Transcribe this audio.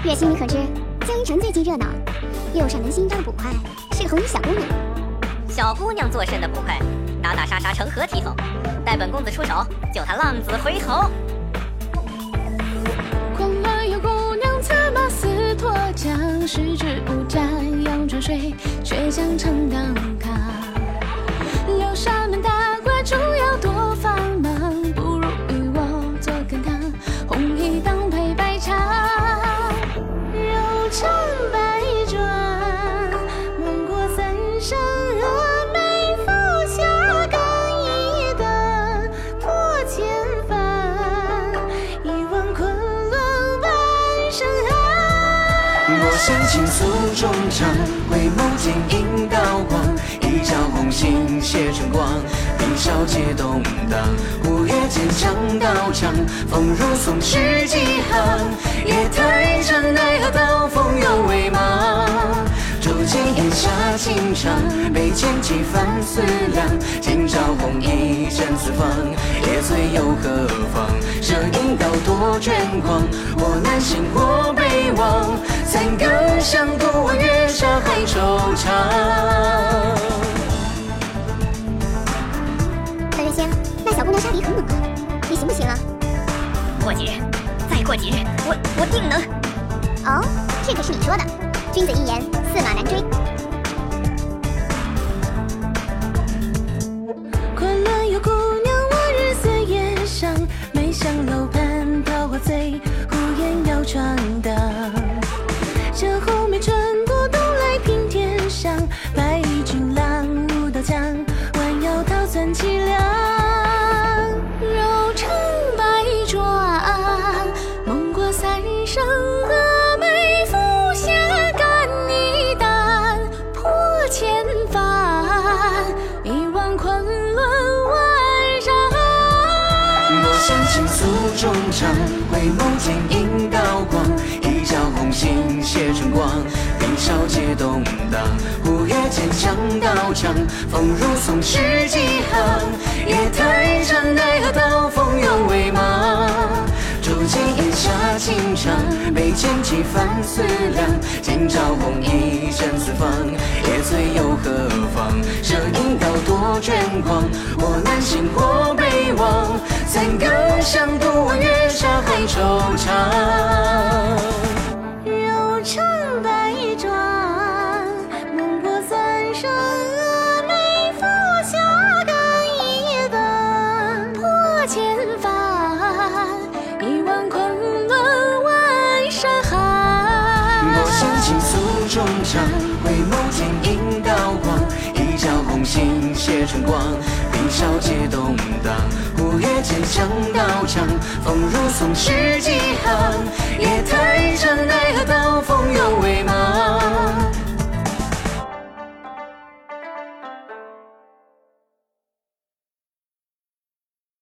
月心里可知，江阴城最近热闹，右上能新招的捕快是个红衣小姑娘。 小姑娘做甚的捕快？打打杀杀成何体统？待本公子出手，救她浪子回头。 狂乱有姑娘策马似脱缰，十指不沾阳春水，却将城当康。六扇门大怪主要多繁忙，不如与我做羹汤，红衣当配白茶。柔肠百转，梦过三生峨眉俯下干一担，破千帆，一往昆仑万山寒。 我身轻诉衷肠，回眸间映刀光，一朝红杏谢春光，冰消皆动荡。五月间将刀长，风如松枝几行。夜太长，奈何刀锋犹未茫。竹剑檐下轻唱，眉间几番思量。今朝红衣战四方，夜醉又何妨？这一刀多捐狂，我南行过北望。三更响，独望月下还惆怅。 本月仙，那小姑娘杀敌很猛啊，你行不行啊？ 过几日，再过几日，我定能。 哦，这可是你说的，君子一言，驷马难追。 昆仑有姑娘，我日思夜想，梅香楼畔桃花醉，呼烟摇窗荡。这后面春过冬来平天上，白衣俊郎舞刀枪，弯腰桃酸凄凉。柔肠百转，梦过三生峨眉俯下干一担，破千帆，一往昆仑万山寒。 我身轻诉衷肠，回眸间映刀光，一朝红杏谢春光，冰消皆动荡。五月间将刀长，风如松枝几行。夜太长，奈何刀锋犹未茫。竹剑檐下轻唱，眉间几番思量。今朝红衣战四方，夜醉又何妨？这一刀多捐狂，我南行过北望。三更响，独望月下还惆怅。 柔肠百转，梦过三生峨眉俯下干一担，破千帆，一往昆仑万山寒。 我身轻诉衷肠，回眸间映刀光，一朝红杏谢春光，冰消皆动荡。五月间将刀长，风如松枝几行。夜太长，奈何刀锋犹未